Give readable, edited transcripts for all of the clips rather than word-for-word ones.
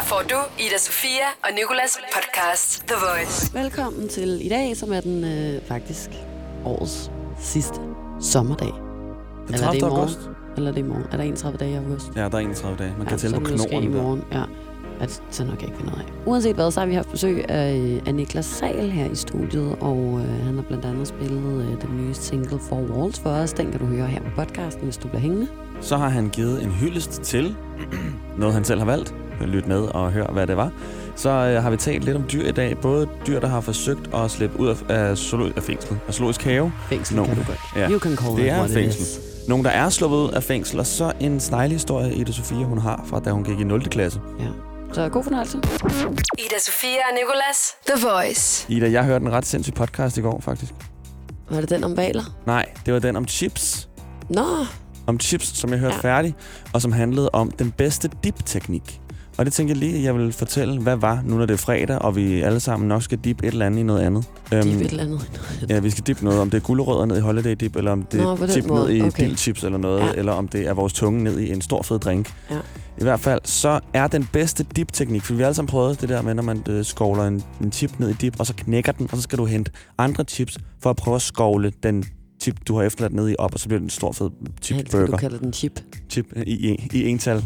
Her får du Ida Sofia og Nicolas podcast The Voice. Velkommen til i dag, som er den faktisk årets sidste sommerdag. Den 30. august. Eller er det i morgen? Er der 31 dage i august? Ja, der er 31 dage. Man kan tælle på knoren. I morgen, ja. Så nok ikke finde ud af. Uanset hvad, så har vi haft besøg af Niklas Sahl her i studiet, og han har blandt andet spillet den nye single Four Walls for os. Den kan du høre her på podcasten, hvis du bliver hængende. Så har han givet en hyldest til noget, han selv har valgt. Lyt med og hør, hvad det var. Så har vi talt lidt om dyr i dag. Både dyr, der har forsøgt at slippe ud af fængsel. Af zoologisk have. Fængsel kan du godt. Ja, you can call det er fængsel. Nogle, der er sluppet ud af fængsel, og så en sneglehistorie, Ida Sofia, hun har fra, da hun gik i 0. klasse. Ja. Så god fornøjelse. Ida Sofia og Nicolas, The Voice. Ida, jeg hørte en ret sindssyg podcast i går, faktisk. Var det den om valer? Nej, det var den om chips. Nå. Om chips, som jeg hørte færdig, og som handlede om den bedste dip-teknik. Og det tænker jeg lige, at jeg vil fortælle, hvad var, nu når det er fredag, og vi alle sammen nok skal dippe et eller andet i noget andet. Dippe et eller andet? Ja, vi skal dippe noget, om det er gulerødder ned i holiday dip, eller om det er dip ned i dildchips eller noget, eller om det er vores tunge ned i en stor fed drink. Ja. I hvert fald, så er den bedste dip-teknik, for vi har alle sammen prøvet det der med, når man skovler en chip ned i dip, og så knækker den, og så skal du hente andre chips, for at prøve at skovle den chip, du har efterladt ned i op, og så bliver det en stor fed chip-burger. Du kalder den chip? Chip i ental.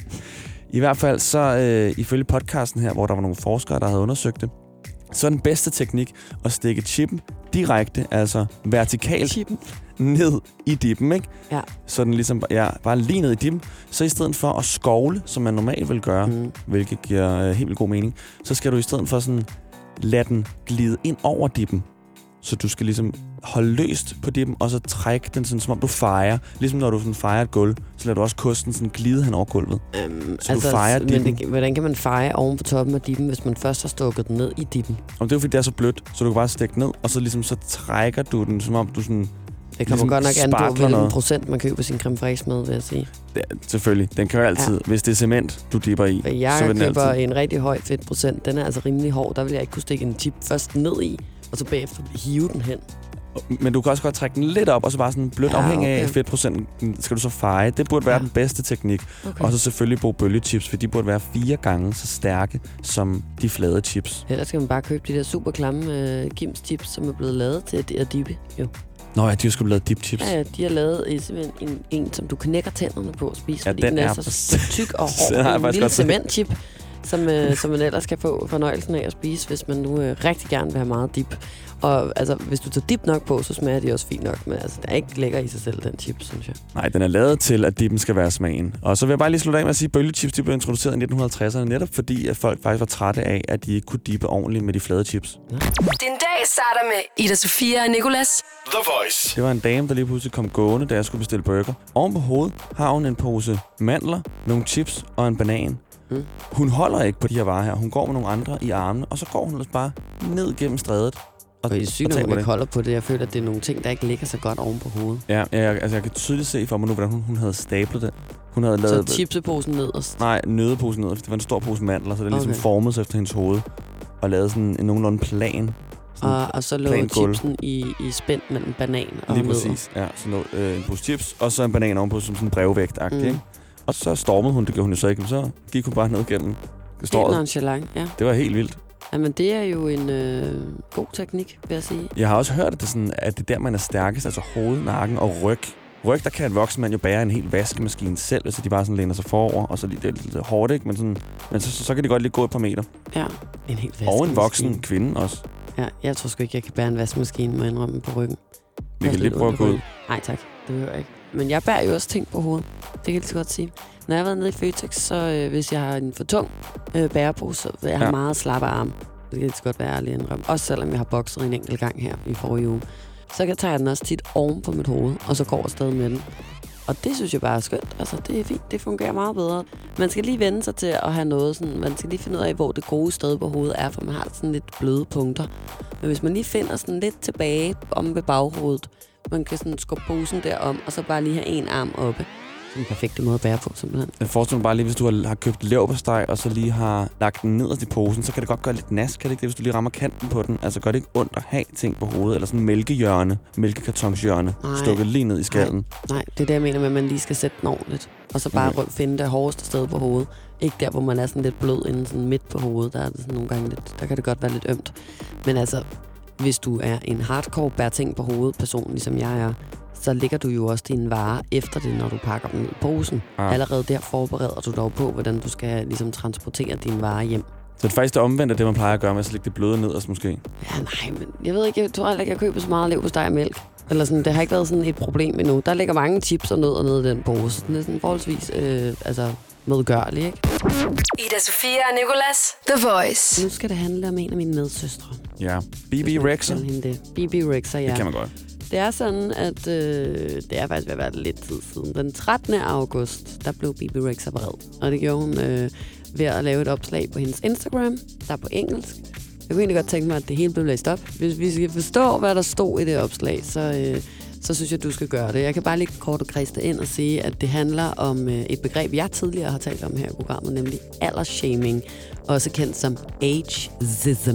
I hvert fald så ifølge podcasten her, hvor der var nogle forskere, der havde undersøgt det, så er den bedste teknik at stikke chippen direkte, altså vertikalt ned i dippen, ikke? Ja. Så den ligesom bare lige ned i dippen. Så i stedet for at skovle, som man normalt vil gøre, hvilket giver helt vildt god mening, så skal du i stedet for sådan lade den glide ind over dippen. Så du skal ligesom holde løst på dippen, og så trække den sådan, som om du fejer. Ligesom når du sådan fejer et gulv, så lader du også kosten sådan glide hen over gulvet. Så du fejer dippen. Men hvordan kan man feje oven på toppen af dippen, hvis man først har stukket den ned i dippen? Og det er jo fordi, det er så blødt, så du kan bare stikke ned, og så ligesom så trækker du den, som om du sådan... Det kommer godt nok an på, hvilken procent man køber sin creme fraiche med, vil jeg sige. Ja, selvfølgelig. Den kører altid. Ja. Hvis det er cement, du dipper i, så vil den køber altid en rigtig høj fedtprocent. Den er altså rimelig hård. Der vil jeg ikke kunne stikke en chip først ned i, og så bagefter hive den hen. Men du kan også godt trække den lidt op, og så bare sådan blødt afhængig af fedtprocenten, skal du så feje. Det burde være den bedste teknik. Okay. Og så selvfølgelig bruge bølgechips, for de burde være 4 gange så stærke som de flade chips. Ellers skal man bare købe de der super klamme Kims chips, som er blevet lavet til at dippe. Jo. Nå ja, de har sgu lavet dip-chips. Ja, de har lavet simpelthen en, som du knækker tænderne på at spise, fordi den er så tyk og hård. En lille cementchip, som man ellers kan få fornøjelsen af at spise, hvis man nu rigtig gerne vil have meget dip. Og altså, hvis du tager dip nok på, så smager de også fint nok, men altså, det er ikke lækker i sig selv, den chip, synes jeg. Nej, den er lavet til, at dippen skal være smagen. Og så vil jeg bare lige slutte af med at sige, at bølgechips de blev introduceret i 1950'erne, netop fordi, at folk faktisk var trætte af, at de ikke kunne dippe ordentligt med de flade chips. Ja. Din dag starter med Ida Sofia og Nicolas. The Voice. Det var en dame, der lige pludselig kom gående, da jeg skulle bestille burger. Oven på hovedet har hun en pose mandler, nogle chips og en banan. Hun holder ikke på de her varer her. Hun går med nogle andre i armene, og så går hun ellers bare ned gennem strædet. Og det er sygt, når hun ikke holder på det. Jeg føler, at det er nogle ting, der ikke ligger så godt oven på hovedet. Ja, jeg kan tydeligt se for mig nu, hvordan hun havde stablet det. Hun havde lavet... Så chipseposen nederst? Nej, nøddeposen nederst. Det var en stor pose mandler, så det ligesom formet sig efter hendes hoved. Og lavet sådan en nogenlunde plan. Og så lå chipsen i spænd mellem banan og lige præcis, ja. Så en pose chips, og så en banan ovenpå som sådan en brevvægt-agtig, ikke? Og så stormede hun, det gjorde hun jo så ikke, men så gik hun bare ned gennem ståret. Det er nonchalant, ja. Det var helt vildt. Jamen, det er jo en god teknik, vil jeg sige. Jeg har også hørt, at det er der, man er stærkest, altså hoved, nakken og ryg. Ryg, der kan en voksen mand jo bære en hel vaskemaskine selv, så de bare sådan læner sig forover, og så det er lidt hårdt, ikke? Men så kan de godt lige gå et par meter. Ja, en hel vaskemaskine. Og en voksen kvinde også. Ja, jeg tror sgu ikke, jeg kan bære en vaskemaskine, må jeg indrømme, på ryggen. Vi kan lige prøve at gå ud. Nej tak, det behøver jeg ikke. Men jeg bærer jo også ting på hovedet. Det kan jeg lige så godt sige. Når jeg har været nede i Føtex, så hvis jeg har en for tung bærepose, så vil jeg have meget slappe arme. Det kan lige så godt være ærlig indrømme. Også selvom jeg har bokset en enkelt gang her i forrige uge. Så tager jeg den også tit oven på mit hoved, og så går jeg afsted med den. Og det synes jeg bare er skønt. Altså, det er fint. Det fungerer meget bedre. Man skal lige vende sig til at have noget sådan... Man skal lige finde ud af, hvor det gode sted på hovedet er, for man har sådan lidt bløde punkter. Men hvis man lige finder sådan lidt tilbage om ved baghovedet, man kan sådan skubbe posen derom, og så bare lige have en arm oppe, den perfekte måde at bære på, simpelthen. Jeg forestiller mig bare lige, hvis du har købt leverpostej, og så lige har lagt den nederst i posen, så kan det godt gøre lidt nask, kan det ikke det, hvis du lige rammer kanten på den? Altså gør det ikke ondt at have ting på hovedet, eller sådan en mælkekartonshjørne, stukket lige ned i skallen? Nej, det er det, jeg mener med, at man lige skal sætte den ordentligt. Og så bare finde det hårdeste sted på hovedet. Ikke der, hvor man er sådan lidt blød inden sådan midt på hovedet. Der er det sådan nogle gange lidt, der kan det godt være lidt ømt. Men altså, hvis du er en hardcore bær ting på hovedet person, ligesom jeg er, så lægger du jo også dine varer efter det, når du pakker dem i posen. Allerede der forbereder du dog på, hvordan du skal ligesom transportere dine varer hjem. Så det er faktisk det omvendte af det, man plejer at gøre med at lægge det bløde nederst måske? Ja, nej, men jeg ved ikke, jeg tror ikke, jeg køber så meget leverpostej og mælk. Eller sådan, det har ikke været sådan et problem endnu. Der ligger mange chips og nødder nede i den pose. Det er sådan forholdsvis medgørligt, ikke? Ida Sofia og Nicolas, The Voice. Nu skal det handle om en af mine medsøstre. Ja, Bibi Rexha. Bibi Rexha, ja. Det kan man godt. Det er sådan, at det er faktisk ved at være lidt tid siden. Den 13. august, der blev Bibi Rexha vred. Og det gjorde hun ved at lave et opslag på hendes Instagram, der er på engelsk. Jeg kunne egentlig godt tænke mig, at det hele blev læst op. Hvis vi skal forstå, hvad der stod i det opslag, så synes jeg, du skal gøre det. Jeg kan bare lige kort og kriste ind og sige, at det handler om et begreb, jeg tidligere har talt om her i programmet, nemlig aldersshaming, også kendt som ageism.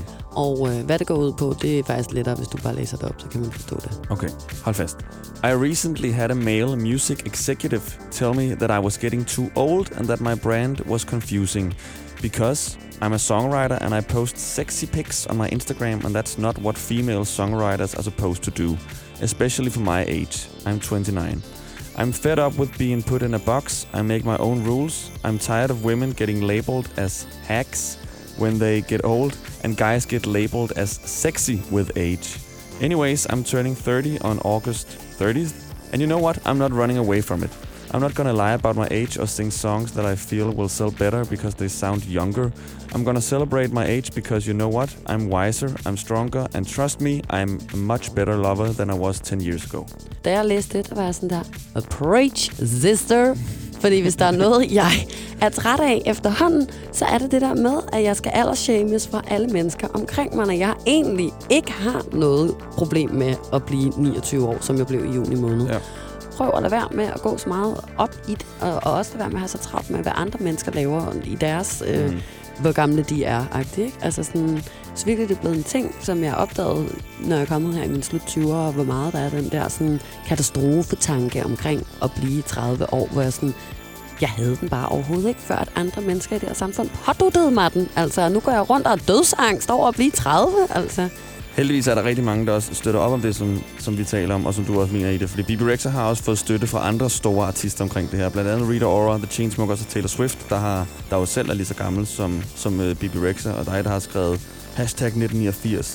Og hvad det går ud på, det er faktisk lettere, hvis du bare læser det op, så kan man forstå det. Okay, hold fast. I recently had a male music executive tell me that I was getting too old and that my brand was confusing. Because I'm a songwriter and I post sexy pics on my Instagram, and that's not what female songwriters are supposed to do, especially for my age. I'm 29. I'm fed up with being put in a box. I make my own rules. I'm tired of women getting labeled as hacks when they get old, and guys get labeled as sexy with age. Anyways, I'm turning 30 on August 30th, and you know what? I'm not running away from it. I'm not gonna lie about my age or sing songs that I feel will sell better because they sound younger. I'm gonna celebrate my age because you know what? I'm wiser, I'm stronger, and trust me, I'm a much better lover than I was 10 years ago. Da jeg læste det, der var jeg sådan der, preach, sister. Fordi hvis der er noget, jeg er træt af efterhånden, så er det der med, at jeg skal aldersshames for alle mennesker omkring mig, når jeg egentlig ikke har noget problem med at blive 29 år, som jeg blev i juni måned. Ja. Prøv at lade være med at gå så meget op i det, og også lade være med at have så travlt med, hvad andre mennesker laver i deres, hvor gamle de er, ikke? Altså sådan, så virkelig det er blevet en ting, som jeg opdagede, når jeg er kommet her i mine slut 20'ere, og hvor meget der er den der sådan katastrofetanke omkring at blive 30 år, hvor jeg sådan, jeg havde den bare overhovedet ikke, før at andre mennesker i det her samfund påduttede mig den. Altså, nu går jeg rundt og har dødsangst over at blive 30, altså. Heldigvis er der rigtig mange, der også støtter op om det, som vi taler om, og som du også mener i det. Fordi Bibi Rexha har også fået støtte fra andre store artister omkring det her. Blandt andet Rita Ora, The Chainsmokers og Taylor Swift, der jo selv er lige så gammel som Bibi Rexha, og dig, der har skrevet #1989,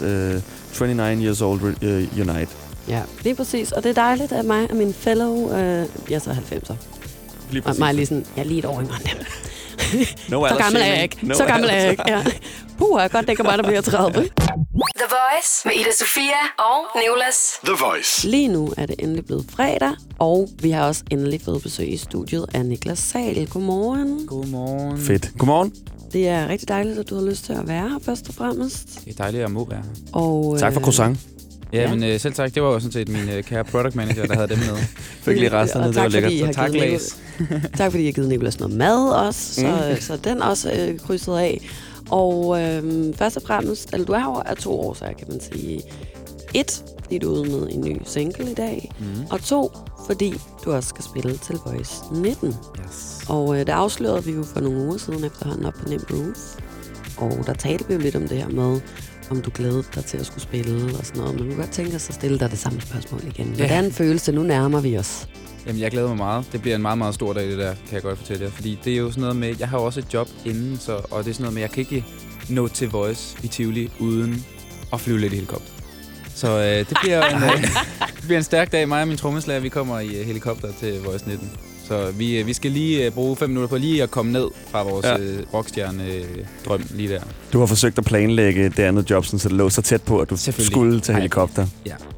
29 years old unite. Ja, lige præcis. Og det er dejligt, at mig og min fellow, jeg er så 90'er. Og mig lige sådan, jeg er lige et år yngre end dem. Så gammel er jeg ikke. Så gammel er jeg ikke, ja. Jeg godt dækker mig, der bliver 30. The Voice med Ida Sofia og Nicolas. The Voice. Lige nu er det endelig blevet fredag, og vi har også endelig fået besøg i studiet af Niklas Sahl. Godmorgen. Godmorgen. Fedt. Godmorgen. Det er rigtig dejligt, at du har lyst til at være her først og fremmest. Det er dejligt, at jeg må være her. Og, tak for croissant. Ja, men selv tak. Det var jo sådan set min kære product manager, der havde dem med. Fik lige resterne, det var lækkert. Så tak, Læs. Tak fordi I har givet Nicolas noget mad også, så den også krydset af. Og først og fremmest, eller du er over af 2 årsager, kan man sige. 1, fordi du er ude med en ny single i dag. Og 2, fordi du også skal spille til Voice 19. Yes. Og det afslørede vi jo for nogle uger siden efterhånden op på Nem Roof. Og der talte vi jo lidt om det her med, om du glædede dig til at skulle spille og sådan noget. Men vi kan godt tænke os at stille dig det samme spørgsmål igen. Hvordan føles det? Nu nærmer vi os. Jamen, jeg glæder mig meget. Det bliver en meget, meget stor dag, det der, kan jeg godt fortælle jer. Fordi det er jo sådan noget med, jeg har også et job inden, og det er sådan noget med, jeg kan ikke nå til Voice i Tivoli uden at flyve lidt i helikopter. Så det bliver en stærk dag. Mig og min trommeslager, vi kommer i helikopter til Voice 19. Så vi skal lige bruge 5 minutter på lige at komme ned fra vores rockstjerne-drøm lige der. Du har forsøgt at planlægge det andet job, så det lå så tæt på, at du skulle tage helikopter. Ja.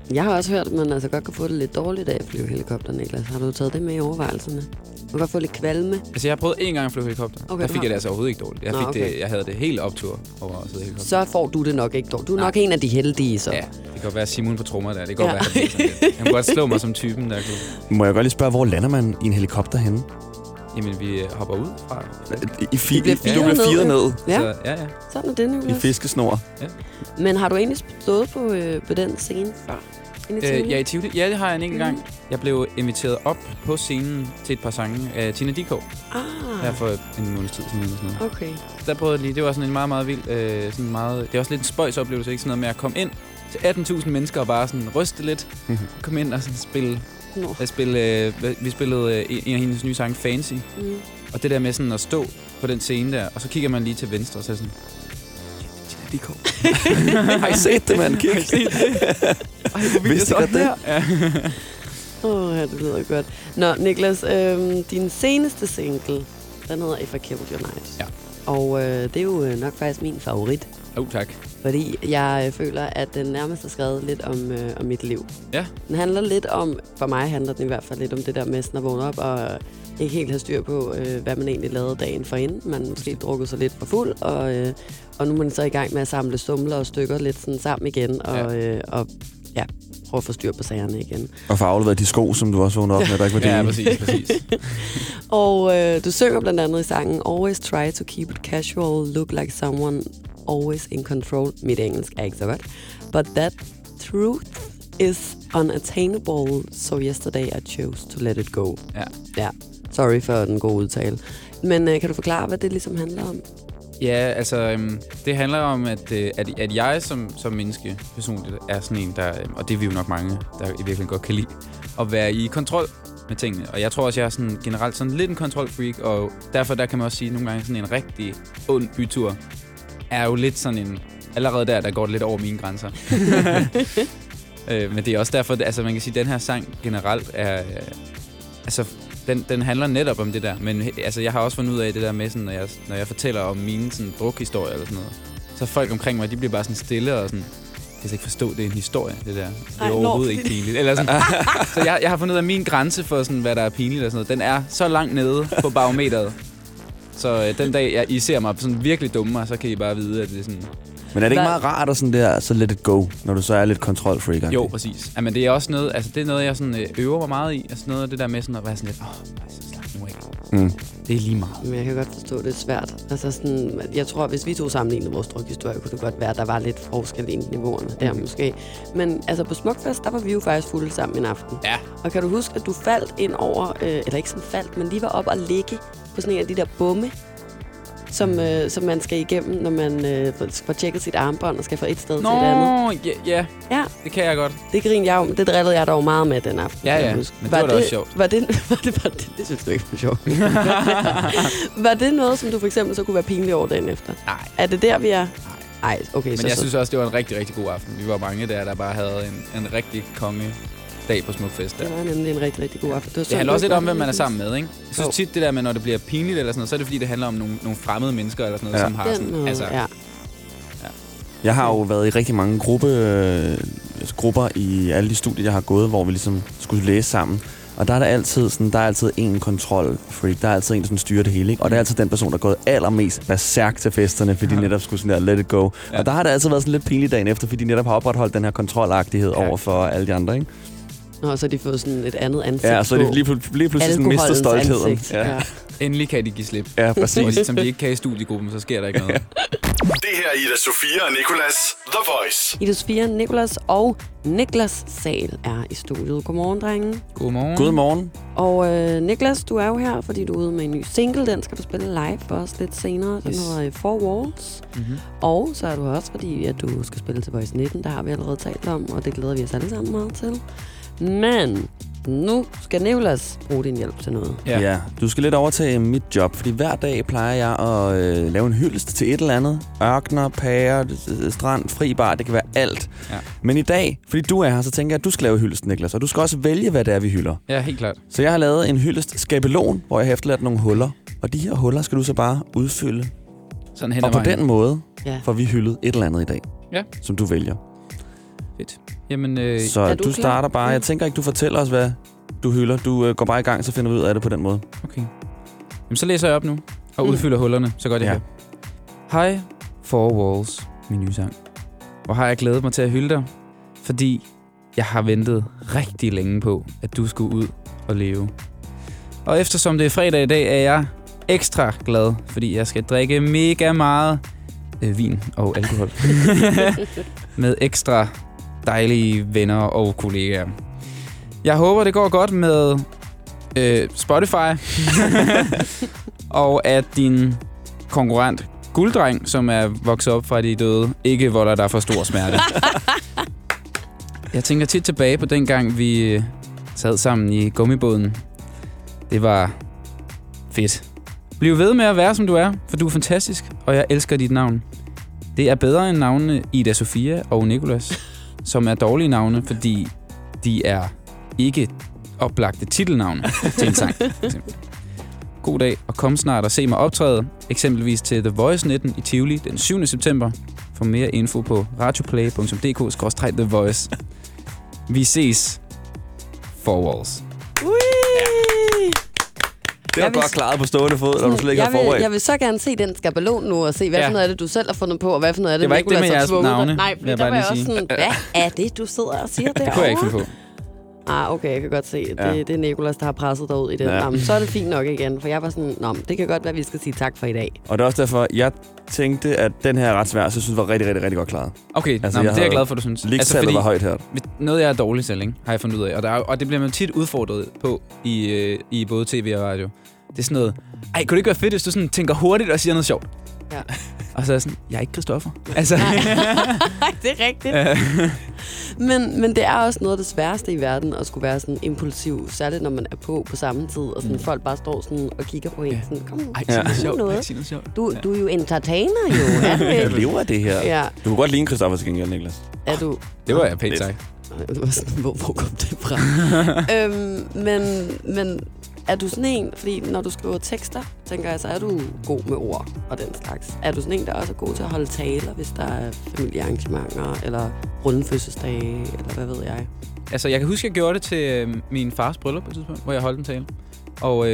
Jeg har også hørt, at man altså godt kan få det lidt dårligt af at flyve helikopter, Niklas. Har du taget det med i overvejelserne? Man kan godt få lidt kvalme. Altså, jeg har prøvet en gang at flyve helikopter. Okay, der fik jeg det altså overhovedet ikke dårligt. Jeg havde det helt optur over at sidde i helikopter. Så får du det nok ikke dårligt. Du er nok en af de heldige, så. Ja, det kan godt være Simon på trommer der. Det kan godt være, sådan lidt. Han kan godt slå mig som typen, der kunne. Må jeg godt lige spørge, hvor lander man i en helikopter henne? Jamen, vi hopper ud fra. Du bliver firet ned. Ja. Så, ja. Sådan er det, Niklas. I fiskesnor. Ja. Men har du egentlig stået på den scene før? Ja, i Tivoli. Ja, det har jeg en enkelt gang. Jeg blev inviteret op på scenen til et par sange af Tina Dickow. Her for en måneds tid siden. Eller sådan noget. Okay. Der prøvede jeg lige. Det var sådan en meget, meget vild... sådan meget, det er også lidt en spøjsoplevelse, ikke? Sådan noget med at komme ind til 18.000 mennesker og bare sådan ryste lidt. Komme ind og sådan spille... vi spillede en af hendes nye sange, Fancy. Og det der med sådan at stå på den scene der, og så kigger man lige til venstre, og så sådan... Tina Dickow. Har I set det, mand? Har I set det? Vidste I godt det? Ja. Ja, det lyder godt. Nå, Niklas, din seneste single, den hedder If I Killed Your Night. Ja. Og det er jo nok faktisk min favorit. Tak. Fordi jeg føler, at den nærmest er skrevet lidt om mit liv. Ja. Den handler lidt om, for mig handler den i hvert fald lidt om det der med sådan at vågne op og ikke helt have styr på, hvad man egentlig lavede dagen forinden. Man måske drukket sig lidt for fuld, og nu er man så i gang med at samle stumler og stykker lidt sådan sammen igen, og prøve at få styr på sagerne igen. Og få afleveret de sko, som du også vågnede op med, der ikke var dine. Ja, præcis. Og du synger blandt andet i sangen Always try to keep it casual, look like someone always in control. Mit engelsk er ikke så godt. But that truth is unattainable, so yesterday I chose to let it go. Ja. Sorry for den gode udtale. Men kan du forklare, hvad det ligesom handler om? Ja, altså, det handler om, at jeg som menneske personligt er sådan en, der, og det er vi jo nok mange, der i virkeligheden godt kan lide, at være i kontrol med tingene. Og jeg tror også, jeg er sådan, generelt sådan lidt en kontrolfreak, og derfor der kan man også sige, at nogle gange sådan en rigtig ond bytur er jo lidt sådan en, allerede der går det lidt over mine grænser. Men det er også derfor, altså man kan sige, at den her sang generelt er, altså den handler netop om det der, men altså jeg har også fundet ud af det der med, sådan, når jeg fortæller om mine sådan drukhistorier eller sådan noget, så folk omkring mig, de bliver bare sådan stille og sådan, jeg kan ikke forstå, det er en historie, det der. Det er overhovedet ikke pinligt. Eller sådan. Så jeg har fundet ud af, min grænse for sådan, hvad der er pinligt og sådan noget, den er så langt nede på barometeret. Så den dag, I ser mig sådan virkelig dumme, så kan I bare vide, at det er sådan... Men er det ikke meget rart at sådan der, så let it go, når du så er lidt kontrolfreak? Jo, præcis. Ja, men det er også noget, altså det er noget, jeg sådan øver mig meget i. Altså noget af det der med sådan at være sådan lidt, så slap nu ikke. Det er lige meget. Men jeg kan godt forstå, det er svært. Altså sådan, jeg tror, hvis vi to sammenlignede vores drukhistorie, kunne det godt være, at der var lidt forskel i niveauerne der måske. Men altså på Smukfest, der var vi jo faktisk fulde sammen en aften. Ja. Og kan du huske, at du faldt ind over, eller ikke sådan faldt, men lige var op og ligge på sådan en af de der bomme, som man skal igennem, når man får tjekket sit armbånd og skal fra et sted til et andet. Ja. Det kan jeg godt. Det grinede jeg om. Det drillede jeg dog meget med den aften. Ja, men det var også sjovt. Var det, det synes du ikke var sjovt. Var det noget, som du for eksempel så kunne være pinlig over dagen efter? Nej. Er det der, vi er? Nej, okay. Men jeg synes også, det var en rigtig, rigtig god aften. Vi var mange der bare havde en rigtig dag på Smukfest. Det var nemlig en rigtig, rigtig god aften. Det handler også lidt om, hvem man er sammen med, ikke? Jeg synes tit det der med, når det bliver pinligt eller sådan noget, så er det fordi, det handler om nogle fremmede mennesker eller sådan noget, som har sådan... Altså, Jeg har jo været i rigtig mange grupper i alle de studier, jeg har gået, hvor vi ligesom skulle læse sammen. Og der er altid en kontrolfreak. Der er altid en, der sådan styrer det hele, ikke? Og det er altid den person, der er gået allermest berserk til festerne, fordi de netop skulle sådan der let it go. Ja. Og der har det altid været sådan lidt pinligt dagen efter, fordi de netop har opretholdt den her kontrolagtighed over for alle de andre, ikke? Og så har de fået sådan et andet ansigt. Ja, så er de lige pludselig sådan mistet stoltheden. Ja. Endelig kan de give slip. Ja, præcis. Og som de ikke kan i studiegruppen, så sker der ikke noget. Det her er Ida Sofia og Nicolas, The Voice. Ida Sofia, Nicolas og Niklas Sahl er i studiet. Godmorgen, drenge. Godmorgen. Godmorgen. Og Niklas, du er jo her, fordi du er ude med en ny single. Den skal du spille live for os lidt senere. Den hedder Four Walls. Mm-hmm. Og så er du også, fordi at du skal spille til Voice 19. Der har vi allerede talt om, og det glæder vi os alle sammen meget til. Men nu skal Nicolas bruge din hjælp til noget. Ja, du skal lidt overtage mit job, fordi hver dag plejer jeg at lave en hyldest til et eller andet. Ørkener, pærer, strand, fri bar, det kan være alt. Ja. Men i dag, fordi du er her, så tænker jeg, at du skal lave hyldest, Niklas, og du skal også vælge, hvad det er, vi hylder. Ja, helt klart. Så jeg har lavet en hyldest skabelon, hvor jeg har efterladt nogle huller. Og de her huller skal du så bare udfylde. Sådan hen og på den måde får vi hyldet et eller andet i dag, som du vælger. Fedt. Jamen, Så du du klar? starter bare. Jeg tænker ikke, du fortæller os, hvad du hylder. Du går bare i gang, så finder vi ud af det på den måde. okay. Jamen, så læser jeg op nu og udfylder hullerne, så godt jeg kan. Hej, Four Walls, min nye sang. Hvor har jeg glædet mig til at hylde dig, fordi jeg har ventet rigtig længe på, at du skulle ud og leve. Og eftersom det er fredag i dag, er jeg ekstra glad, fordi jeg skal drikke mega meget vin og alkohol. Med ekstra dejlige venner og kollegaer. Jeg håber, det går godt med Spotify. Og at din konkurrent Gulddreng, som er vokset op fra de døde, ikke volder dig for stor smerte. Jeg tænker tit tilbage på den gang, vi sad sammen i gummibåden. Det var fedt. Bliv ved med at være, som du er, for du er fantastisk, og jeg elsker dit navn. Det er bedre end navnene Ida Sofia og Nicolas, som er dårlige navne, fordi de er ikke oplagte titelnavne til en sang. God dag, og kom snart og se mig optræde, eksempelvis til The Voice 19 i Tivoli den 7. september. For mere info på radioplay.dk/The Voice. Vi ses. Four Walls. Det var godt klaret på stående fod, når du slet ikke har forberedt. Jeg vil så gerne se den skabelon nu, og se, hvad for noget af det, du selv har fundet på, og hvad for noget af det, Det var ikke det med jeres navne. Nej, fordi der var jeg også sådan, hvad er det, du sidder og siger derovre? Det kunne jeg ikke finde på. Okay, jeg kan godt se. Det er Nicolas, der har presset dig ud i den. Jamen, så er det fint nok igen, for jeg var sådan, det kan godt være, at vi skal sige tak for i dag. Og det er også derfor, jeg tænkte, at den her er ret svær, så jeg synes, var rigtig, rigtig, rigtig godt klaret. Okay, det er jeg glad for, du synes. Ligtallet var højt her. Noget, jeg er dårlig selv, ikke? Har jeg fundet ud af. Og det bliver man tit udfordret på i både tv og radio. Det er sådan noget, kunne det ikke være fedt, hvis du sådan tænker hurtigt og siger noget sjovt? Ja. Og så er jeg sådan, jeg er ikke Christoffer. Altså. Det er rigtigt. Men det er også noget af det sværeste i verden, at skulle være sådan impulsiv, særligt når man er på samme tid, og sådan folk bare står sådan og kigger på en. Sådan, kom, sig noget sjovt. Du er jo entertainer, jo. Er du ikke? Jeg lever af det her. Ja. Du kunne godt ligne Christoffer til gengæld, Niklas. Er du? Det var jeg pænt sagt. Hvor kom det fra? Men er du sådan en, fordi når du skriver tekster, tænker jeg, så er du god med ord og den slags. Er du sådan en, der også er god til at holde taler, hvis der er familiearrangementer, eller runde fødselsdage, eller hvad ved jeg? Altså, jeg kan huske, jeg gjorde det til min fars bryllup på et tidspunkt, hvor jeg holdt en tale. Og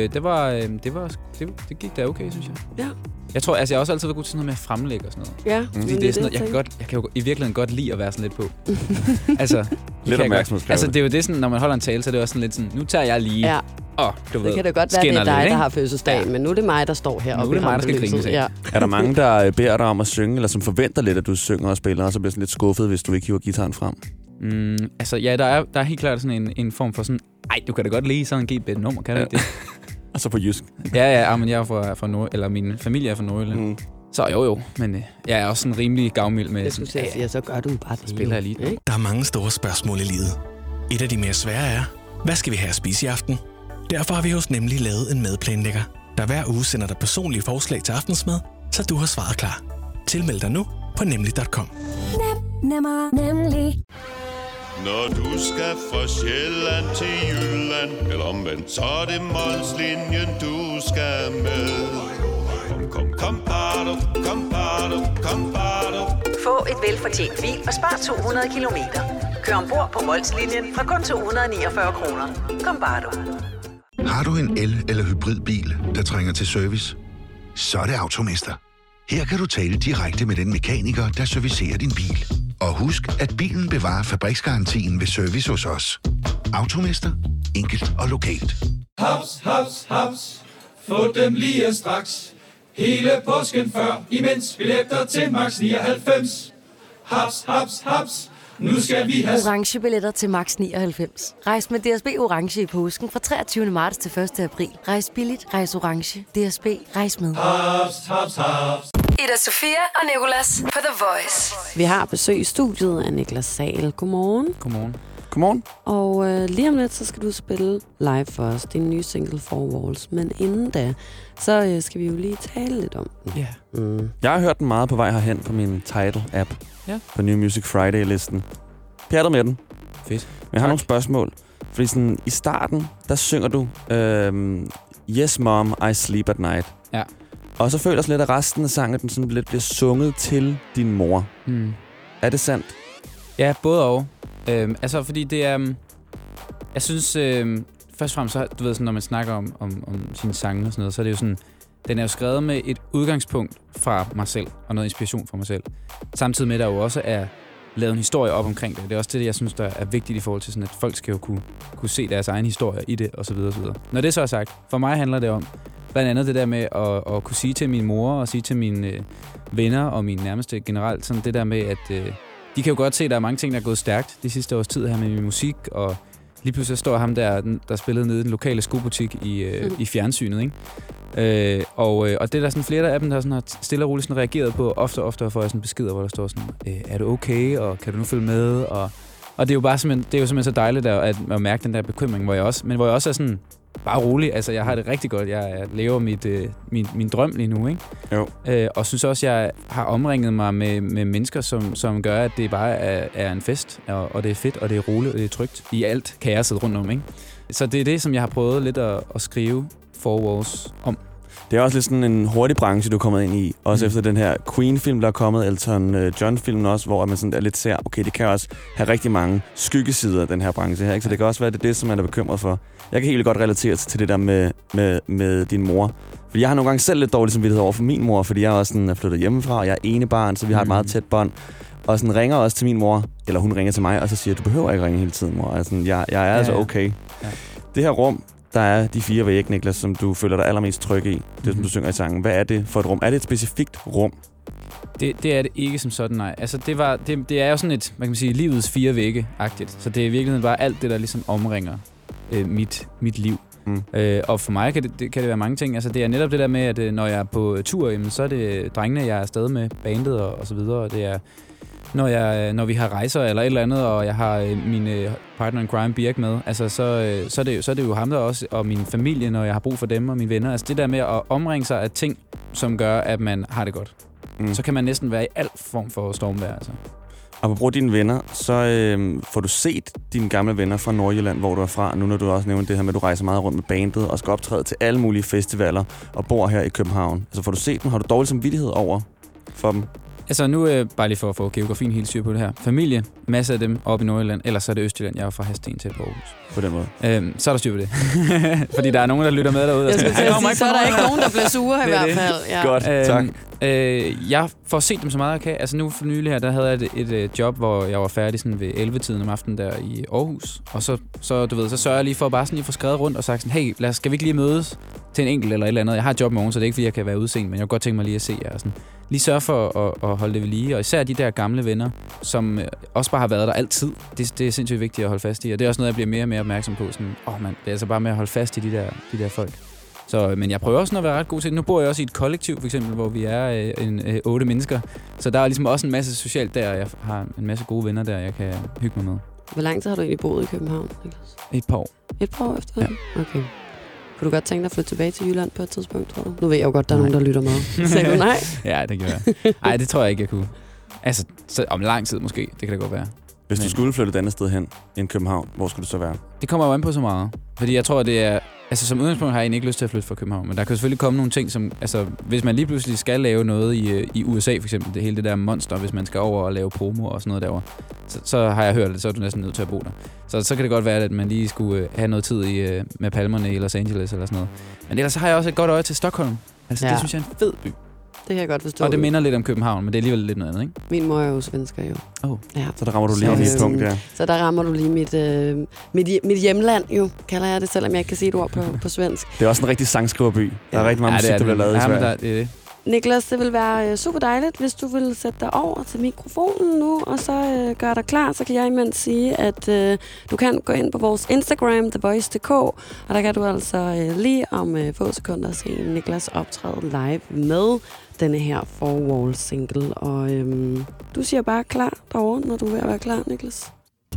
det gik da okay, synes jeg. Ja. Jeg tror, jeg har også altid været god til sådan noget med at fremlægge og sådan noget. Ja. Fordi det er sådan noget, jeg kan jo i virkeligheden godt lide at være sådan lidt på. Altså, lidt opmærksomhedskrævende. Altså, det er jo det sådan, når man holder en tale, så er det også sådan lidt sådan, nu tager jeg lige. Ja. Du ved, det kan da godt være, det er dig, der har fødselsdag, men nu er det mig, der står her. Nu er det mig, der skal grine. Ja. Er der mange, der beder dig om at synge, eller som forventer lidt, at du synger og spiller, og så bliver sådan lidt skuffet, hvis du ikke hiver gitaren frem? Altså, ja, der er helt klart sådan en form for sådan, du kan da godt lide sådan en GB-nummer, kan du ikke det? Og så på jysk. Ja, men jeg er fra Nord, eller min familie er fra Nordjylland. Så jo, men jeg er også sådan rimelig gavmild med... Jeg skulle sige, så gør du bare det. Spiller jeg lige. Der er mange store spørgsmål i livet. Et af de mere svære er, hvad skal vi have at spise i aften? Derfor har vi hos Nemlig lavet en madplanlægger, der hver uge sender dig personlige forslag til aftensmad, så du har svaret klar. Tilmeld dig nu på nemlig.com. Nemlig. Når du skal fra Sjælland til Jylland, eller omvendt, så er det Molslinjen, du skal med. Kom, bado. Kom, bado. Få et velfortjent bil og spar 200 kilometer. Kør ombord på Molslinjen fra kun 249 kroner. Kom, bare du. Har du en el- eller hybridbil, der trænger til service? Så er det Automester. Her kan du tale direkte med den mekaniker, der servicerer din bil. Og husk, at bilen bevarer fabriksgarantien ved service hos os. Automester. Enkelt og lokalt. Haps. Få dem lige straks. Hele påsken før, imens billetter til max 99. Haps. Nu skal vi have Orange billetter til max 99. Rejs med DSB Orange i påsken fra 23. marts til 1. april. Rejs billigt, rejs orange. DSB, rejs med. Haps. Ida Sofia og Nicolas på The Voice. Vi har besøg i studiet af Niklas Sahl. Godmorgen. Godmorgen. Og lige om lidt, så skal du spille live for os. Din nye single, Four Walls. Men inden da, så skal vi jo lige tale lidt om den. Ja. Jeg har hørt den meget på vej herhen på min Tidal-app. Ja. På New Music Friday-listen. Pjattet med den. Fedt. Men jeg har nogle spørgsmål. Fordi sådan, i starten, der synger du Yes Mom, I Sleep at Night. Ja. Og så føler jeg lidt, at resten af sangen den sådan lidt bliver sunget til din mor. Mm. Er det sandt? Ja, både og. Altså, fordi det er... jeg synes... først og fremmest, så, du ved, sådan, når man snakker om sine sange og sådan noget, så er det jo sådan... Den er jo skrevet med et udgangspunkt fra mig selv, og noget inspiration fra mig selv. Samtidig med, at der jo også er lavet en historie op omkring det. Det er også det, jeg synes, der er vigtigt i forhold til sådan, at folk skal jo kunne se deres egen historie i det, og så videre, og så videre. Når det så er sagt, for mig handler det om blandt andet det der med at kunne sige til min mor, og sige til mine venner og mine nærmeste generelt, sådan det der med, at de kan jo godt se, at der er mange ting, der er gået stærkt de sidste års tid her med min musik, og lige pludselig står ham der spillede nede i den lokale skobutik i fjernsynet, ikke? Og det er der sådan flere af dem, der sådan har stille og roligt sådan reageret på. Ofte får jeg sådan beskeder, hvor der står sådan, er du okay, og kan du nu følge med? Og det er jo bare simpelthen så dejligt at mærke den der bekymring, hvor jeg også er sådan, bare rolig. Altså, jeg har det rigtig godt. Jeg lever min drøm lige nu, ikke? Jo. Og synes også, jeg har omringet mig med mennesker, som gør, at det bare er en fest, og det er fedt, og det er roligt, og det er trygt i alt kaoset rundt om, ikke? Så det er det, som jeg har prøvet lidt at skrive Four Walls om. Det er også lidt sådan en hurtig branche, du er kommet ind i. Også efter den her Queen-film, der er kommet, Elton John-filmen også, hvor man sådan der lidt ser, okay, det kan også have rigtig mange skyggesider, den her branche her, ikke? Så det kan også være, det som man er bekymret for. Jeg kan helt godt relatere til det der med din mor. Fordi jeg har nogle gange selv lidt dårlig samvittighed over for min mor, fordi jeg er også sådan, er flyttet hjemmefra, og jeg er enebarn, så vi har et meget tæt bånd. Og sådan ringer også til min mor, eller hun ringer til mig, og så siger, du behøver ikke ringe hele tiden, mor. Altså, jeg er altså okay. Ja. Det her rum, der er de 4 vægge, Niklas, som du føler dig allermest tryg i. Det, som du synger i sangen. Hvad er det for et rum? Er det et specifikt rum? Det er det ikke som sådan, nej. Altså, det er jo sådan et, man kan sige, livets 4 vægge-agtigt. Så det er i virkeligheden bare alt det, der ligesom omringer mit liv. Og for mig kan det være mange ting. Altså, det er netop det der med, at når jeg er på tur, jamen, så er det drengene, jeg er afsted med, bandet og så videre. Og det er, når vi har rejser eller et eller andet, og jeg har min partner in crime, Birk, med, altså, så er det jo ham der også, og min familie, når jeg har brug for dem, og mine venner. Altså det der med at omringe sig af ting, som gør, at man har det godt. Så kan man næsten være i al form for stormvejr, altså. Og på brug dine venner, så får du set dine gamle venner fra Nordjylland, hvor du er fra. Nu når du også nævner det her med, at du rejser meget rundt med bandet og skal optræde til alle mulige festivaler og bor her i København. Altså får du set dem? Har du dårlig samvittighed over for dem? Altså nu bare lige for at få geografien helt styr på det her. Familie, masser af dem oppe i Nordjylland, ellers så er det Østjylland. Jeg er fra Hadsten til på Aarhus. På den måde. Så er der styr på det. Fordi der er nogen, der lytter med derude. Jeg skulle til at sige, så er der ikke nogen, der bliver sure i hvert fald. Ja. Godt, tak. Jeg får set dem så meget, jeg kan. Altså nu for nylig her, der havde jeg et job, hvor jeg var færdig sådan ved 11-tiden om aftenen der i Aarhus. Og så du ved, så sørger jeg lige for bare sådan lige få skrevet rundt og sagt sådan, hey, skal vi ikke lige mødes til en enkelt eller et eller andet? Jeg har et job i morgen, så det er ikke fordi, jeg kan være udsent, men jeg kunne godt tænke mig lige at se jer. Sådan. Lige sørge for at holde det ved lige. Og især de der gamle venner, som også bare har været der altid. Det er sindssygt vigtigt at holde fast i. Og det er også noget, jeg bliver mere og mere opmærksom på. Sådan, det er altså bare med at holde fast i de der folk. Så, men jeg prøver også at være ret god til det. Nu bor jeg også i et kollektiv, for eksempel, hvor vi er 8 mennesker. Så der er ligesom også en masse socialt der. Jeg har en masse gode venner der, jeg kan hygge mig med. Hvor lang tid har du egentlig boet i København, Niklas? Et par år. Et par år efter? Ja. Okay. Kunne du godt tænke dig at flytte tilbage til Jylland på et tidspunkt, tror du? Nu ved jeg jo godt, der er nogen, der lytter med. Sagde du nej? Ja, det gør jeg. Nej, det tror jeg ikke, jeg kunne. Altså, så om lang tid måske. Det kan det godt være. Hvis du skulle flytte et andet sted hen end København, hvor skulle det så være? Det kommer jo an på så meget. Fordi jeg tror, det er... Altså, som udgangspunkt har jeg ikke lyst til at flytte fra København. Men der kan selvfølgelig komme nogle ting, som... Altså, hvis man lige pludselig skal lave noget i USA, for eksempel, det hele det der monster, hvis man skal over og lave promo og sådan noget derovre, så har jeg hørt det, så er du næsten nødt til at bo der. Så kan det godt være, at man lige skulle have noget tid med palmerne i Los Angeles eller sådan noget. Men ellers så har jeg også et godt øje til Stockholm. Altså, det synes jeg er en fed by. Det kan jeg godt forstå. Og det minder lidt om København, men det er alligevel lidt noget andet, ikke? Min mor er jo svensker, jo. Ja. Så der rammer du lige et punkt der. Så der rammer du lige mit hjemland, jo, kalder jeg det, selvom jeg ikke kan sige et ord på svensk. Det er også en rigtig sangskriverby. Der er rigtig meget musik, der bliver lavet i Sverige. Det er det. Niklas, det vil være super dejligt, hvis du vil sætte dig over til mikrofonen nu, og så gøre dig klar. Så kan jeg imens sige, at du kan gå ind på vores Instagram, TheVoice.dk, og der kan du altså lige om få sekunder se Niklas optræde live med denne her Four Walls single. Og du siger bare klar derovre, når du er ved at være klar, Niklas.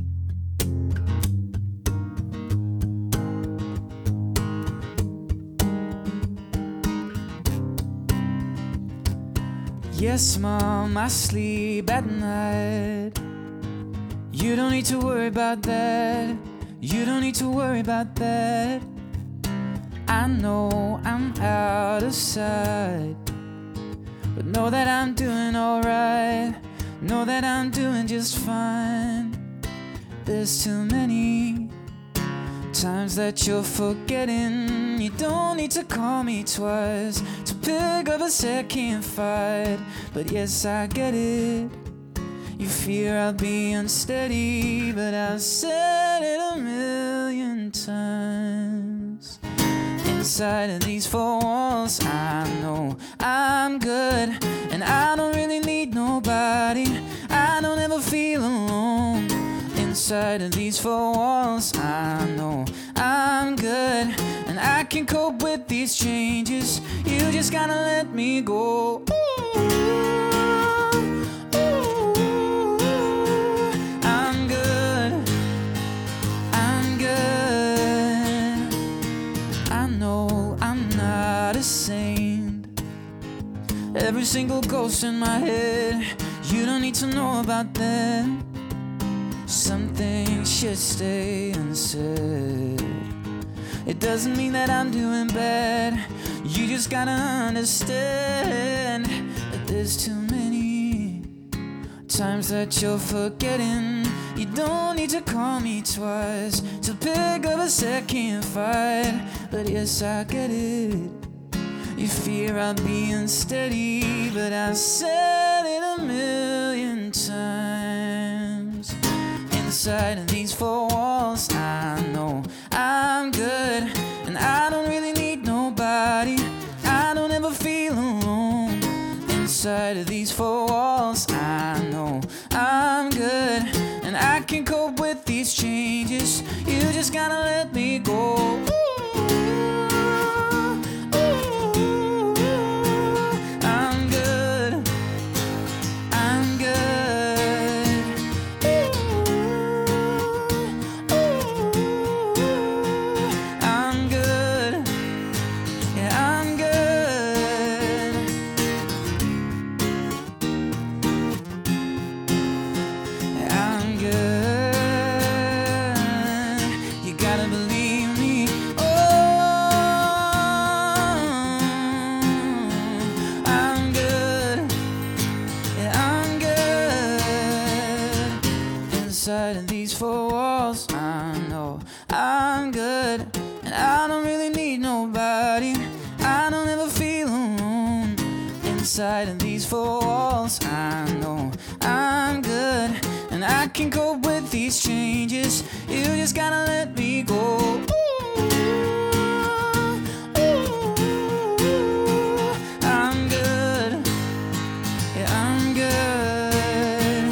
Yes, Mom, I sleep at night. You don't need to worry about that. You don't need to worry about that. I know I'm out of sight, but know that I'm doing alright. know that I'm doing just fine. There's too many times that you're forgetting. You don't need to call me twice to pick up a second fight. But yes, I get it. You fear I'll be unsteady, but I've said it a million times. Inside of these four walls, I know I'm good, and I don't really need nobody. I don't ever feel alone. Inside of these four walls, I know I'm good, and I can cope with these changes. You just gotta let me go. I'm good, I'm good. I know I'm not a saint. Every single ghost in my head, you don't need to know about them. Some things should stay unsaid. It doesn't mean that I'm doing bad. You just gotta understand that there's too many times that you're forgetting. You don't need to call me twice to pick up a second fight. But yes, I get it. You fear I'll be unsteady, but I've said it a million times. Inside of these four walls, I know I'm good, and I don't really need nobody. I don't ever feel alone. Inside of these four walls, I know I'm good, and I can cope with these changes. You just gotta let me go. Inside of these four walls, I know I'm good, and I don't really need nobody. I don't ever feel alone. Inside of these four walls, I know I'm good, and I can cope with these changes. You just gotta let me go. I'm good, yeah, I'm good.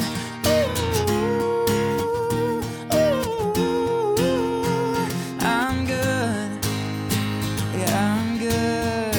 I'm good, yeah, I'm good.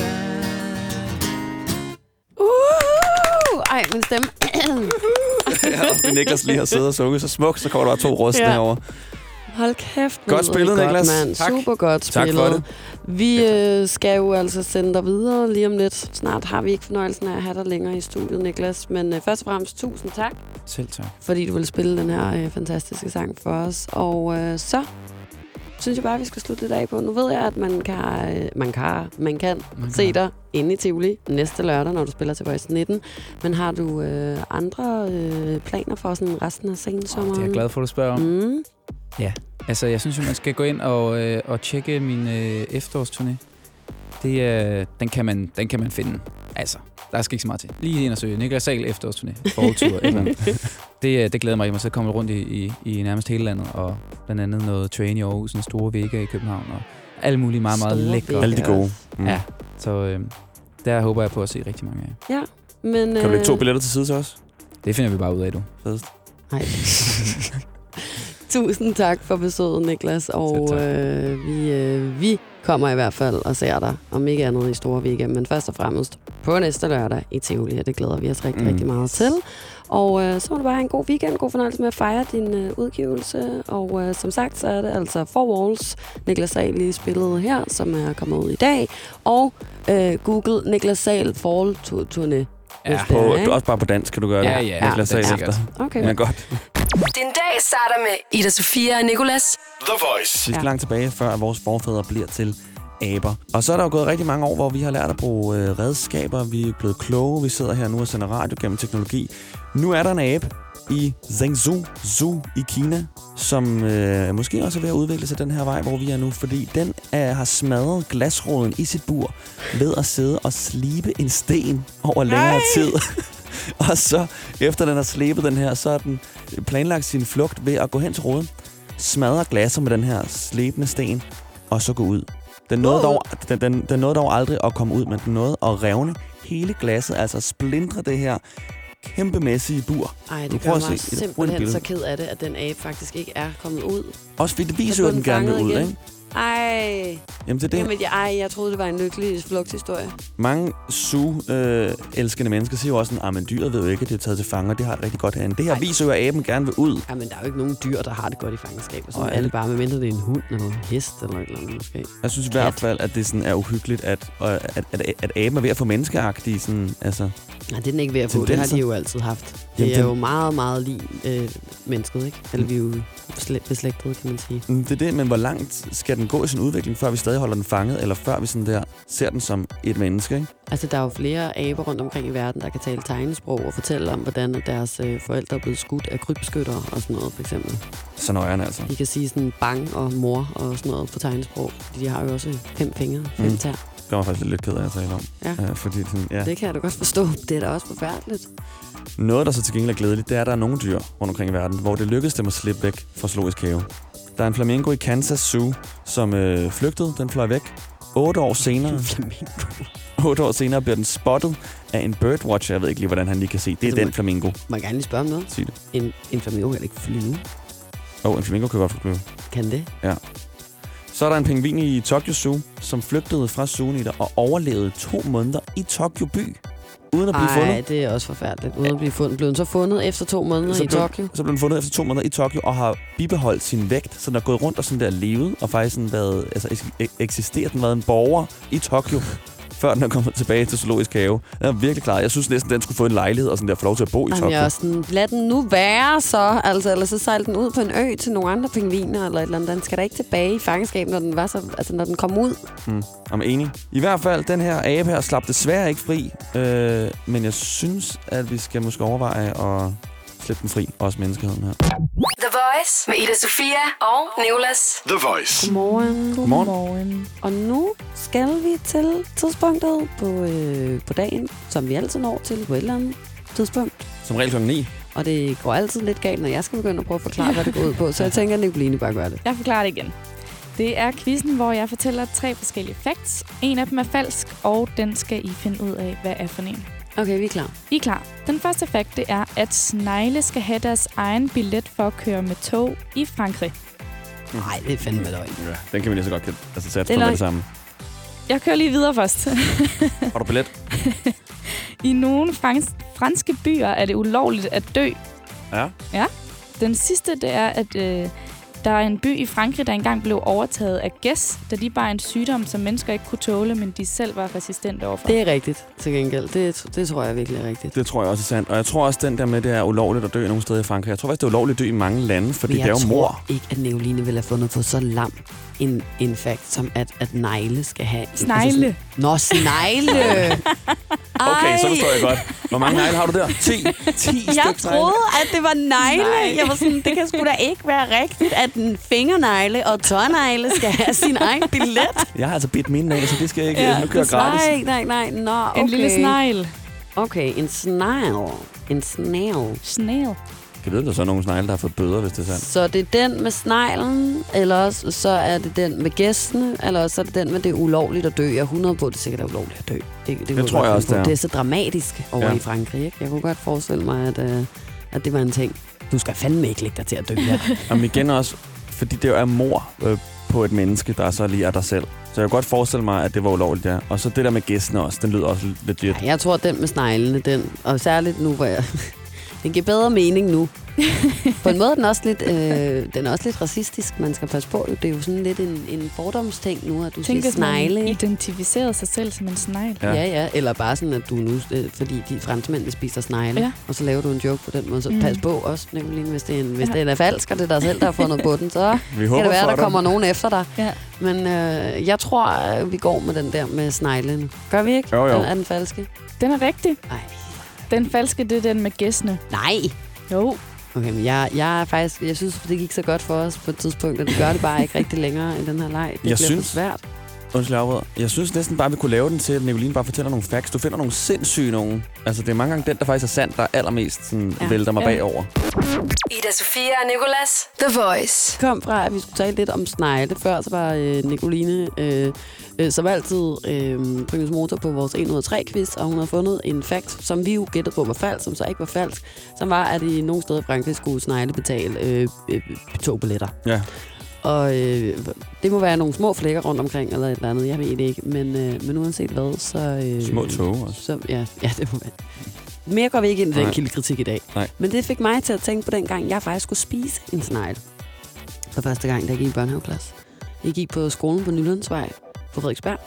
Ej, min stemme. Ja, Niklas lige har siddet og sunget så smukt, så kommer der bare 2 rustne herovre. Hold kæft. Godt spillet, Niklas. Mand. Tak. Super godt spillet. Tak for det. Vi skal jo altså sende dig videre lige om lidt. Snart har vi ikke fornøjelsen af at have dig længere i studiet, Niklas. Men først og fremmest, tusind tak. Selv tak. Fordi du ville spille den her fantastiske sang for os. Og så synes jeg bare, vi skal slutte lidt af på. Nu ved jeg, at man kan se dig inde i Tivoli næste lørdag, når du spiller til Voice 19. Men har du andre planer for sådan resten af sensommeren? Det er jeg glad for, at du spørger om. Ja, altså jeg synes jo, man skal gå ind og tjekke min efterårsturné. Den kan man finde. Altså, der skal ikke så meget til. Lige ind og søge Niklas Sahl efterårsturné. Forholdstur. Det glæder mig. Jeg må så komme rundt i nærmest hele landet. Og blandt andet noget Train i Aarhus, en store Vega i København. Og alle mulige meget, meget lækre. Alle de gode. Ja, så der håber jeg på at se rigtig mange af. Ja, men... Kan du lægge 2 billetter til side til os? Det finder vi bare ud af, du. Fedest. Nej. Tusind tak for besøget, Niklas. Og vi kommer i hvert fald og ser dig, om ikke andet i Store Vega, men først og fremmest på næste lørdag i Tivoli, og det glæder vi os rigtig meget til. Og så må du bare have en god weekend, god fornøjelse med at fejre din udgivelse. Og som sagt, så er det altså Four Walls, Niklas Sahl lige spillet her, som er kommet ud i dag. Og Google Niklas Sahl Fall Turné. Ja, også bare på dansk kan du gøre det. Ja. Niklas Sahl efter. Okay. Ja, godt. Den dag starter med Ida Sofia og Nicolas. The Voice. Vi skal langt tilbage, før vores forfædre bliver til aber. Og så er der jo gået rigtig mange år, hvor vi har lært at bruge redskaber. Vi er blevet kloge. Vi sidder her nu og sender radio gennem teknologi. Nu er der en abe i Zhengzhou Zoo i Kina, som måske også er ved at udvikle sig den her vej, hvor vi er nu, fordi den har smadret glasråden i sit bur ved at sidde og slibe en sten over længere tid. Og så, efter den har slebet den her, så har den planlagt sin flugt ved at gå hen til roden, smadre glasser med den her slebende sten, og så gå ud. Den nåede dog aldrig at komme ud, men den nåede at revne hele glasset, altså splindre det her kæmpemæssige bur. Ej, det gør mig simpelthen så ked af det, at den abe faktisk ikke er kommet ud. Også fordi det viser jo, at den gerne vil ud, ikke? Ej. Jamen, det er det. Jamen, jeg troede, det var en lykkelig flugthistorie. Mange zoo-elskende mennesker siger jo også sådan, men dyret ved jo ikke, at det er taget til fanger. Det har det rigtig godt herinde. Det her viser jo, at aben gerne vil ud. Jamen, der er jo ikke nogen dyr, der har det godt i fangenskab. Så alle bare, medmindre det er en hund eller en hest eller et eller andet måske. Jeg synes i hvert fald, at det sådan er uhyggeligt, at aben er ved at få menneskeagtige sådan, altså... Nej, det er den ikke ved at få. Det har de jo altid haft. Det er jo meget, meget lige mennesket, ikke? Eller vi er jo beslægtet, kan man sige. Det er det, men hvor langt skal den gå i sin udvikling, før vi stadig holder den fanget, eller før vi sådan der ser den som et menneske, ikke? Altså, der er jo flere aber rundt omkring i verden, der kan tale tegnesprog og fortælle om, hvordan deres forældre er blevet skudt af krybskyttere og sådan noget, for eksempel. Så nøjerne, altså. De kan sige sådan bang og mor og sådan noget på tegnesprog. De har jo også 5 fingre, 5 tær. Det var faktisk lidt ked af at tale om. Ja. Fordi sådan, ja. Det kan jeg da godt forstå. Det er da også forfærdeligt. Noget, der så til gengæld er glædeligt, det er, at der er nogle dyr rundt omkring i verden, hvor det lykkedes dem at slippe væk fra zoologisk have. Der er en flamingo i Kansas Zoo, som flygtede. Den fløj væk. 8 år senere... 8 år senere bliver den spottet af en birdwatcher. Jeg ved ikke lige, hvordan han lige kan se. Det er den flamingo. Må jeg gerne lige spørge om noget? Sig det. En flamingo kan ikke flyve. En flamingo kan godt flyve. Kan det? Ja. Så er der en pingvin i Tokyo Zoo, som flygtede fra zooen og overlevede 2 måneder i Tokyo by. Uden at blive fundet. Nej, det er også forfærdeligt. Uden at blive fundet. Blev den så fundet efter 2 måneder i Tokyo? Så blev den fundet efter 2 måneder i Tokyo og har bibeholdt sin vægt. Så den har gået rundt og sådan der levet og faktisk sådan været, altså eksisteret. Den har været en borger i Tokyo, før den er kommet tilbage til zoologisk have. Den er virkelig klar. Jeg synes næsten, den skulle få en lejlighed og sådan der få lov til at bo i Tokyo. Jeg er sådan, lad den nu være så. Altså, eller så sejler den ud på en ø til nogle andre pingviner eller et eller andet. Den skal da ikke tilbage i fangenskab, når den var så, altså når den kom ud. Jeg er enig. I hvert fald, den her abe her slap desværre ikke fri. Men jeg synes, at vi skal måske overveje at slippe den fri. Også menneskeheden her. The Voice med Ida Sofia og Nicolas. The Voice. Godmorgen. Og nu skal vi til tidspunktet på dagen, som vi altid når til på et eller andet tidspunkt. Som regel kl. 9. Og det går altid lidt galt, når jeg skal begynde at prøve at forklare, hvad det går ud på. Så jeg tænker, at Nicoline bare gør det. Jeg forklarer det igen. Det er quizzen, hvor jeg fortæller 3 forskellige facts. En af dem er falsk, og den skal I finde ud af, hvad er for en. Okay, vi er klar. I er klar. Den første fact, det er, at snegle skal have deres egen billet for at køre med tog i Frankrig. Nej, det er fandme løgn. Ja, den kan vi lige så godt sætte på med det samme. Jeg kører lige videre først. Har du billet? I nogle franske byer er det ulovligt at dø. Ja. Den sidste, det er, at der er en by i Frankrig, der engang blev overtaget af gæs, da de bar en sygdom, som mennesker ikke kunne tåle, men de selv var resistente overfor. Det er rigtigt, til gengæld. Det tror jeg virkelig er rigtigt. Det tror jeg også er sandt. Og jeg tror også, den der med, det er ulovligt at dø nogle steder i Frankrig. Jeg tror faktisk, det er ulovligt at dø i mange lande, fordi det er jo mor. Jeg tror ikke, at Nicoline ville have fundet på så lam en fact, som at negle skal have... Snegle. Altså Nå, snegle! Okay, så forstår jeg godt. Hvor mange negle har du der? 10 Jeg troede, at det var negle. Jeg var sådan, det kan sgu da ikke være rigtigt, at en fingernegle og tånegle skal have sin egen billet. Jeg har altså bidt mine af, så det skal jeg ikke. Nu kører gratis. Nej. Nå, okay. En lille snegl. Okay, en snegl. En snail. Snail. Kan du vide, der så nogle snegle, der har fået bøder, hvis det er sandt? Så det er den med sneglen, eller også så er det den med gæstene, eller også så er det den med det er ulovligt at dø. Jeg er 100 på, det er sikkert er ulovligt at dø. Det tror jeg også, det er. Det er så dramatisk over i Frankrig, ikke? Jeg kunne godt forestille mig, at det var en ting. Du skal fandme ikke lægge dig til at dø her. Jamen igen også, fordi det jo er mor på et menneske, der så lige er dig selv. Så jeg kan godt forestille mig, at det var ulovligt, ja. Og så det der med gæstene også, den lyder også lidt. Ja, jeg tror, den med sneglene, og særligt nu, hvor jeg... Den giver bedre mening nu, På en måde er den også lidt racistisk. Man skal passe på. Det er jo sådan lidt en fordomsting nu, at du siger snegle. Man identificerer sig selv som en snegl. Ja. Eller bare sådan, at du nu, fordi de franskmændene spiser snegle, og så laver du en joke på den måde. Så pas på også, Nicoline, hvis det er falsk, og det er dig selv, der har fundet på den, så kan det være, der kommer nogen efter dig. Ja. Men jeg tror, vi går med den der med sneglen. Gør vi ikke? Jo. Er den falske? Den er rigtig. Nej. Den falske, det er den med gæssene. Nej. Jo. Okay, men jeg synes, det gik så godt for os på et tidspunkt, at det gør det bare ikke rigtig længere i den her leg. Det bliver for svært. Jeg synes næsten bare, vi kunne lave den til, at Nicoline bare fortæller nogle facts. Du finder nogle sindssyge nogen. Altså, det er mange gange den, der faktisk er sandt, der allermest sådan, vælter mig bagover. Ida Sofia og Nicolas, The Voice. Kom fra, at vi skulle tale lidt om snegle. Før så var Nicoline som altid primus motor på vores 1 ud af 3 quiz, og hun havde fundet en fact, som vi jo gættede på var falsk, som så ikke var falsk, som var, at i nogle steder i Frankrig skulle snegle betale 2 billetter. Ja. Og det må være nogle små flækker rundt omkring, eller et eller andet, jeg ved det ikke. Men uanset hvad, så... små tog også. Så, ja, det må være. Mere går vi ikke ind i den kildekritik i dag. Nej. Men det fik mig til at tænke på den gang, jeg faktisk skulle spise en snegl. For første gang, da jeg gik i børnehaveklasse. Jeg gik på skolen på Nylandsvej på Frederiksberg.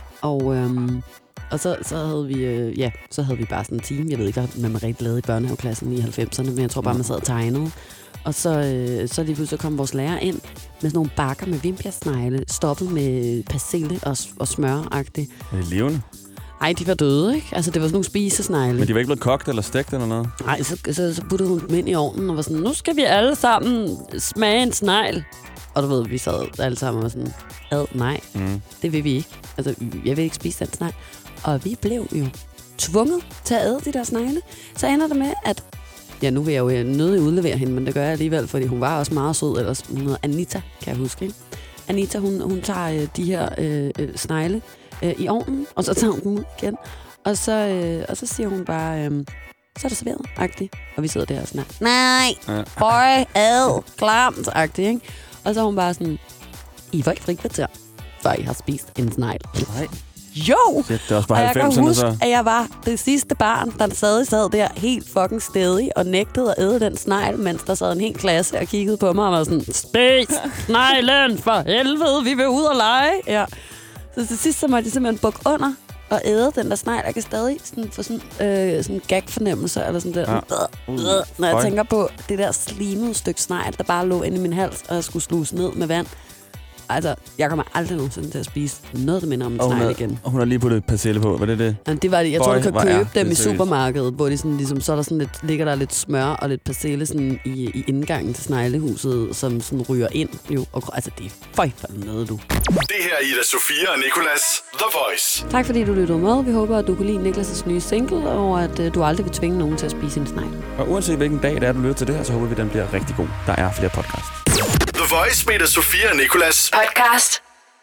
Og så havde vi bare sådan en time. Jeg ved ikke, hvad man rigtig lavede i børnehaveklassen i 90'erne, men jeg tror bare, man sad og tegnede. Og så lige pludselig kom vores lærer ind med sådan nogle bakker med vimpjasnegle, stoppet med persille og smør-agtigt. Er det levende? Ej, de var døde, ikke? Altså, det var sådan nogle spisesnegle. Men de var ikke blevet kogt eller stegt eller noget? Nej, så puttede hun dem ind i ovnen og var sådan, nu skal vi alle sammen smage en snegl. Og du ved, vi sad alle sammen og var sådan, nej, det vil vi ikke. Altså, jeg vil ikke spise den snegl. Og vi blev jo tvunget til at æde de der snegle. Så ender det med, at ja, nu vil jeg jo nødig udlevere hende, men det gør jeg alligevel, fordi hun var også meget sød. Ellers hun hedder Anita, kan jeg huske, ikke? Anita, hun tager de her snegle i ovnen, og så tager hun dem ud igen. Og så siger hun bare, så er det serveret-agtigt. Og vi sidder der og sådan, nej, klamt-agtigt, ikke? Og så er hun bare sådan, I får ikke frikvarter, før I har spist en snegl. Nej. Jo! Det er også bare og jeg kan huske, så. At jeg var det sidste barn, der sad der helt fucking stædig og nægtede at æde den snegl, mens der sad en hel klasse og kiggede på mig og var sådan, spis sneglen for helvede, vi vil ud og lege. Ja. Så til sidst så måtte jeg simpelthen bukke under og æde den der snegl. Jeg kan stadig sådan få sådan en gag-fornemmelse, eller sådan der. Ja. Når jeg tænker på det der slimede stykke snegl, der bare lå inde i min hals, og jeg skulle sluse ned med vand. Altså, jeg kommer aldrig nogensinde til at spise noget, der minder om en snegl igen. Og hun har lige puttet persille på. Hvad er det? Ja, det var det. Jeg tror, du kan købe dem i supermarkedet, hvor de sådan, ligesom, så er der sådan lidt, ligger der lidt smør og lidt persille sådan, i indgangen til sneglehuset, som sådan ryger ind. Jo, og, altså, det er for noget, du. Det her er Ida Sofia og Nicolas, The Voice. Tak fordi du lyttede med. Vi håber, at du kunne lide Niklas' nye single, og at du aldrig vil tvinge nogen til at spise en snegl. Og uanset hvilken dag det er, du lytter til det her, så håber vi, at den bliver rigtig god. Der er flere podcasts. The Voice med Ida Sofia og Nicolas. Podcast.